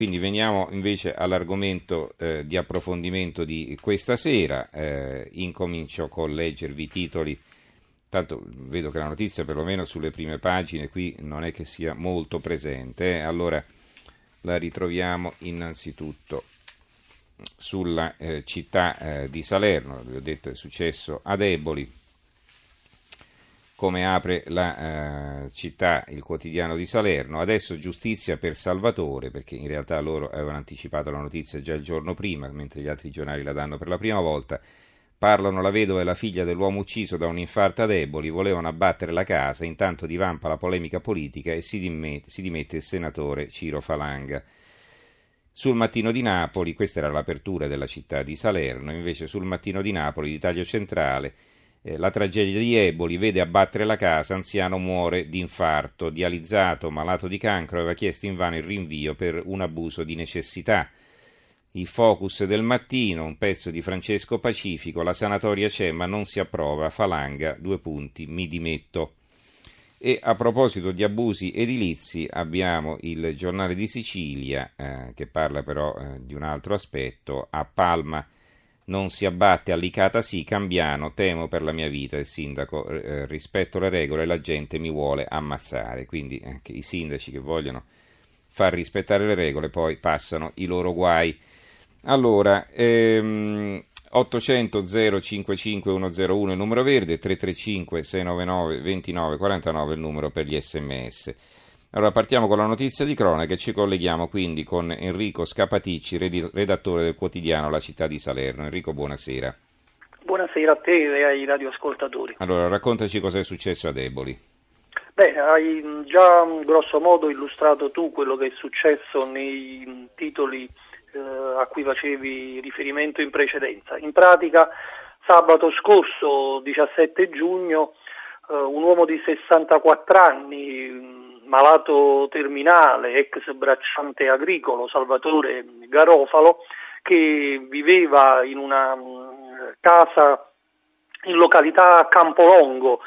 Quindi veniamo invece all'argomento di approfondimento di questa sera. Incomincio con leggervi i titoli. Tanto vedo che la notizia, perlomeno sulle prime pagine, qui non è che sia molto presente. Allora la ritroviamo innanzitutto sulla città di Salerno. Vi ho detto è successo ad Eboli. Come apre la città, il quotidiano di Salerno: adesso giustizia per Salvatore, perché in realtà loro avevano anticipato la notizia già il giorno prima, mentre gli altri giornali la danno per la prima volta. Parlano la vedova e la figlia dell'uomo ucciso da un infarto ad Eboli, volevano abbattere la casa, intanto divampa la polemica politica e si dimette il senatore Ciro Falanga. Sul Mattino di Napoli, questa era l'apertura della città di Salerno, invece sul Mattino di Napoli, di taglio centrale, la tragedia di Eboli vede abbattere la casa, anziano muore di infarto, dializzato, malato di cancro, aveva chiesto invano il rinvio per un abuso di necessità. Il focus del Mattino, un pezzo di Francesco Pacifico: la sanatoria c'è ma non si approva, Falanga, : mi dimetto. E a proposito di abusi edilizi abbiamo il Giornale di Sicilia che parla però di un altro aspetto. A Palma non si abbatte, a Licata sì, Cambiano, temo per la mia vita, il sindaco, rispetto le regole, la gente mi vuole ammazzare. Quindi anche i sindaci che vogliono far rispettare le regole poi passano i loro guai. Allora, 800 055 101 il numero verde, 335 699 2949 il numero per gli sms. Allora partiamo con la notizia di cronaca e ci colleghiamo quindi con Enrico Scapaticci, redattore del quotidiano La Città di Salerno. Enrico, buonasera. Buonasera a te e ai radioascoltatori. Allora, raccontaci cosa è successo ad Eboli. Beh, hai già grosso modo illustrato tu quello che è successo nei titoli a cui facevi riferimento in precedenza. In pratica, sabato scorso, 17 giugno, un uomo di 64 anni, malato terminale, ex bracciante agricolo, Salvatore Garofalo, che viveva in una casa in località Campolongo,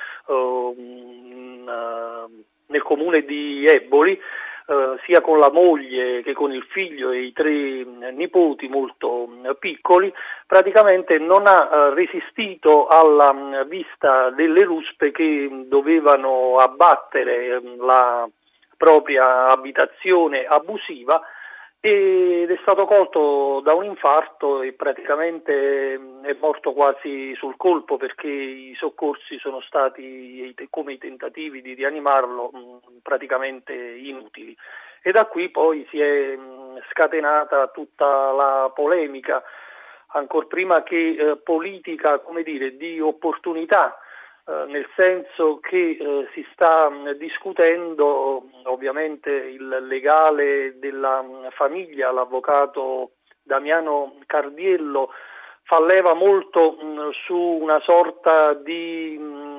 nel comune di Eboli, sia con la moglie che con il figlio e i 3 nipoti molto piccoli, praticamente non ha resistito alla vista delle ruspe che dovevano abbattere la propria abitazione abusiva, ed è stato colto da un infarto e praticamente è morto quasi sul colpo, perché i soccorsi sono stati, come i tentativi di rianimarlo, praticamente inutili. E da qui poi si è scatenata tutta la polemica, ancor prima che politica, come dire, di opportunità, nel senso che si sta discutendo, ovviamente il legale della famiglia, l'avvocato Damiano Cardiello, fa leva molto su una sorta di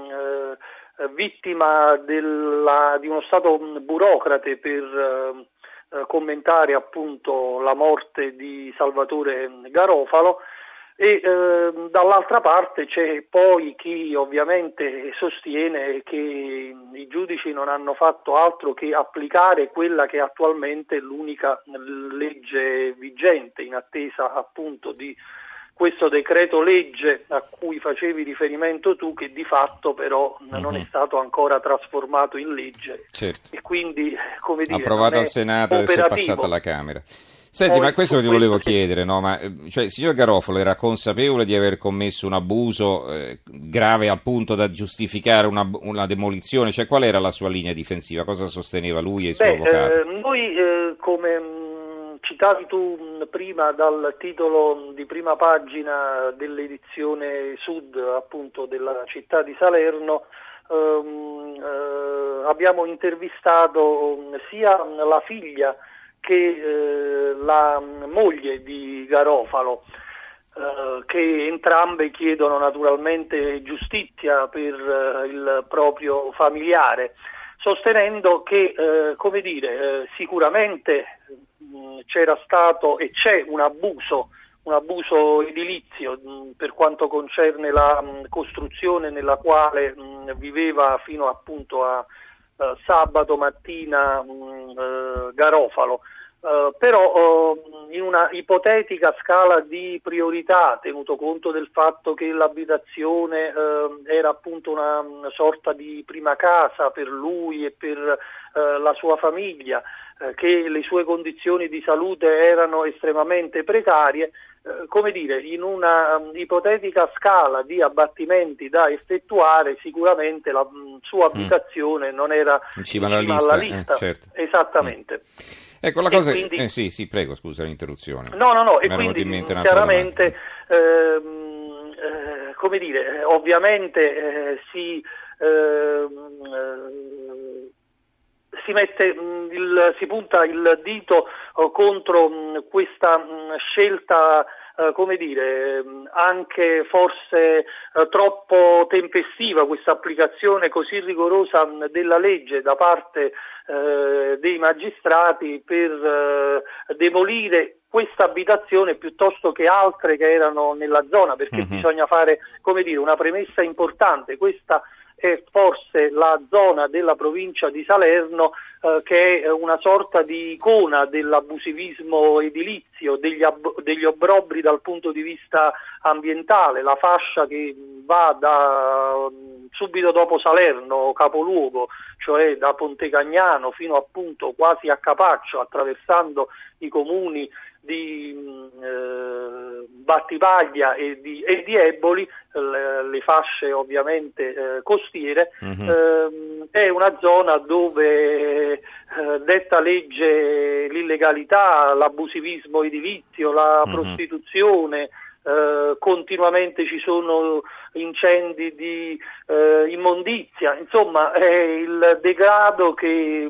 vittima di uno stato burocrate per commentare appunto la morte di Salvatore Garofalo. E dall'altra parte c'è poi chi ovviamente sostiene che i giudici non hanno fatto altro che applicare quella che attualmente è l'unica legge vigente, in attesa appunto di questo decreto legge a cui facevi riferimento tu, che di fatto però non è stato ancora trasformato in legge. Certo. E quindi, come dire, approvato al Senato e adesso è passato alla Camera. Senti, ma questo ti volevo chiedere, no? Ma cioè, il signor Garofalo era consapevole di aver commesso un abuso grave al punto da giustificare una demolizione? Cioè, qual era la sua linea difensiva? Cosa sosteneva lui e il suo avvocato? Noi, come citavi tu prima dal titolo di prima pagina dell'edizione Sud, appunto, della città di Salerno, abbiamo intervistato sia la figlia che la moglie di Garofalo, che entrambe chiedono naturalmente giustizia per il proprio familiare, sostenendo che sicuramente c'era stato e c'è un abuso edilizio per quanto concerne la costruzione nella quale viveva fino appunto a sabato mattina Garofalo. Però in una ipotetica scala di priorità, tenuto conto del fatto che l'abitazione era appunto una sorta di prima casa per lui e per la sua famiglia, che le sue condizioni di salute erano estremamente precarie, come dire, in una ipotetica scala di abbattimenti da effettuare, sicuramente la sua abitazione non era vicino alla lista. Certo. Esattamente. Ecco, la cosa quindi, sì, prego, scusa l'interruzione. No, e quindi chiaramente come dire, ovviamente si si punta il dito contro questa scelta, come dire, anche forse troppo tempestiva, questa applicazione così rigorosa della legge da parte dei magistrati per demolire questa abitazione piuttosto che altre che erano nella zona, perché bisogna fare, come dire, una premessa importante. Questa è forse la zona della provincia di Salerno che è una sorta di icona dell'abusivismo edilizio, degli obbrobri dal punto di vista ambientale, la fascia che va da subito dopo Salerno, capoluogo, cioè da Pontecagnano fino appunto quasi a Capaccio, attraversando i comuni di Battipaglia e di Eboli, le fasce ovviamente costiere, è una zona dove detta legge l'illegalità, l'abusivismo edilizio, la prostituzione, continuamente ci sono incendi di immondizia, insomma è il degrado che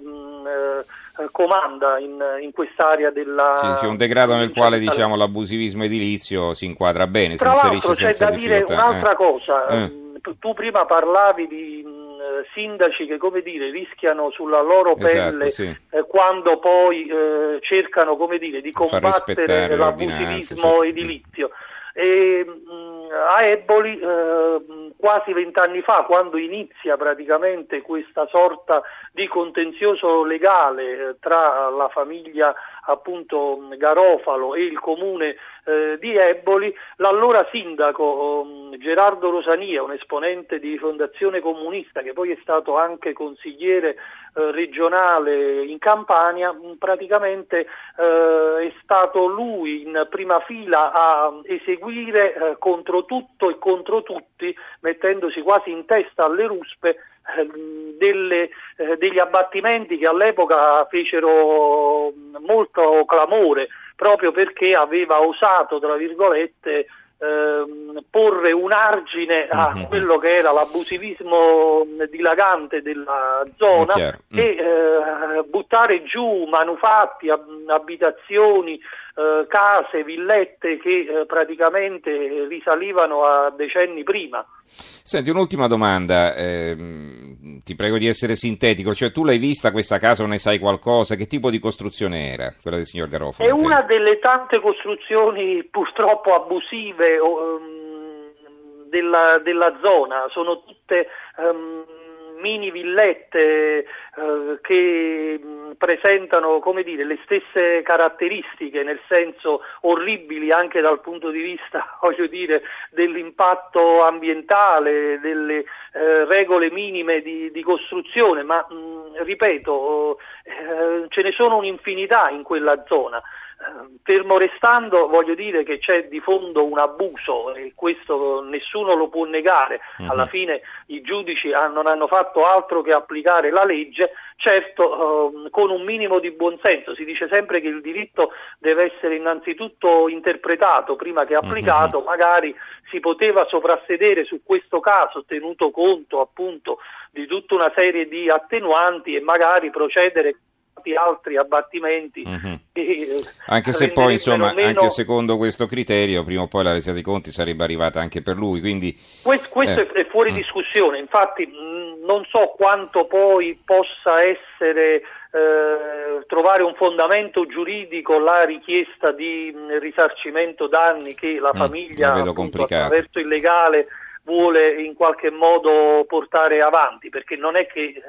comanda in quest'area della... Sì, un degrado nel quale diciamo l'abusivismo edilizio si inquadra bene, Tra si l'altro inserisce senza difficoltà. C'è da dire un'altra cosa, tu prima parlavi di sindaci che, come dire, rischiano sulla loro pelle quando poi cercano, come dire, di combattere l'abusivismo edilizio. E a Eboli quasi 20 anni fa, quando inizia praticamente questa sorta di contenzioso legale tra la famiglia appunto Garofalo e il comune di Eboli, l'allora sindaco Gerardo Rosania, un esponente di Fondazione Comunista che poi è stato anche consigliere regionale in Campania, praticamente è stato lui in prima fila a eseguire contro tutto e contro tutti, mettendosi quasi in testa alle ruspe degli abbattimenti che all'epoca fecero molto clamore, proprio perché aveva osato, tra virgolette, porre un argine a quello che era l'abusivismo dilagante della zona e buttare giù manufatti, abitazioni, case, villette che praticamente risalivano a decenni prima. Senti, un'ultima domanda, ti prego di essere sintetico, cioè tu l'hai vista questa casa o ne sai qualcosa? Che tipo di costruzione era quella del signor Garofalo? È una delle tante costruzioni purtroppo abusive della zona, sono tutte mini villette che presentano, come dire, le stesse caratteristiche, nel senso orribili anche dal punto di vista, voglio dire, dell'impatto ambientale, delle regole minime di costruzione, ma ripeto, ce ne sono un'infinità in quella zona. Fermo restando, voglio dire che c'è di fondo un abuso e questo nessuno lo può negare. Alla fine i giudici non hanno fatto altro che applicare la legge, certo con un minimo di buonsenso. Si dice sempre che il diritto deve essere innanzitutto interpretato prima che applicato, magari si poteva soprassedere su questo caso tenuto conto appunto di tutta una serie di attenuanti e magari procedere altri abbattimenti anche se poi insomma anche secondo questo criterio prima o poi la resa dei conti sarebbe arrivata anche per lui, quindi questo è fuori discussione. Infatti non so quanto poi possa essere trovare un fondamento giuridico la richiesta di risarcimento danni che la famiglia appunto, attraverso il legale vuole in qualche modo portare avanti, perché non è che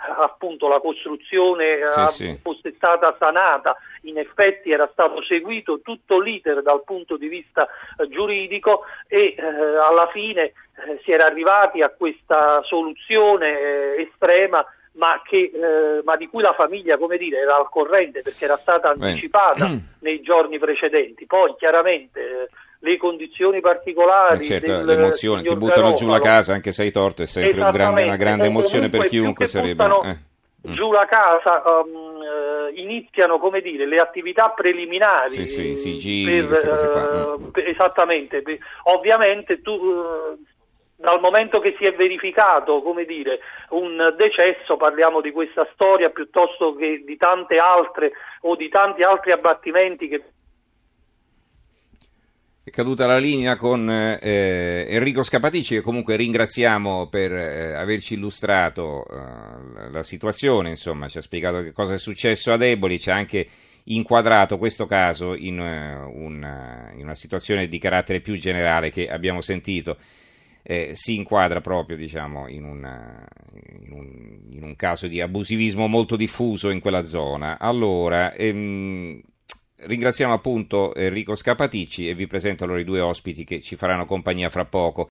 appunto la costruzione sì. fosse stata sanata. In effetti era stato seguito tutto l'iter dal punto di vista giuridico e alla fine si era arrivati a questa soluzione estrema, ma di cui la famiglia, come dire, era al corrente perché era stata anticipata nei giorni precedenti. Poi chiaramente le condizioni particolari certo, del l'emozione, ti signor buttano giù la Garofalo, casa anche se hai torto, è sempre una grande emozione per chiunque sarebbe. Giù la casa, iniziano, come dire, le attività preliminari. Sì, sigilli, queste cose qua. Esattamente. Ovviamente dal momento che si è verificato, come dire, un decesso, parliamo di questa storia piuttosto che di tante altre o di tanti altri abbattimenti che... È caduta la linea con Enrico Scapatici, che comunque ringraziamo per averci illustrato la situazione, insomma ci ha spiegato che cosa è successo ad Eboli, ci ha anche inquadrato questo caso in una situazione di carattere più generale che abbiamo sentito. Si inquadra proprio, diciamo, in un caso di abusivismo molto diffuso in quella zona. Allora, ringraziamo appunto Enrico Scapatici e vi presento allora i due ospiti che ci faranno compagnia fra poco.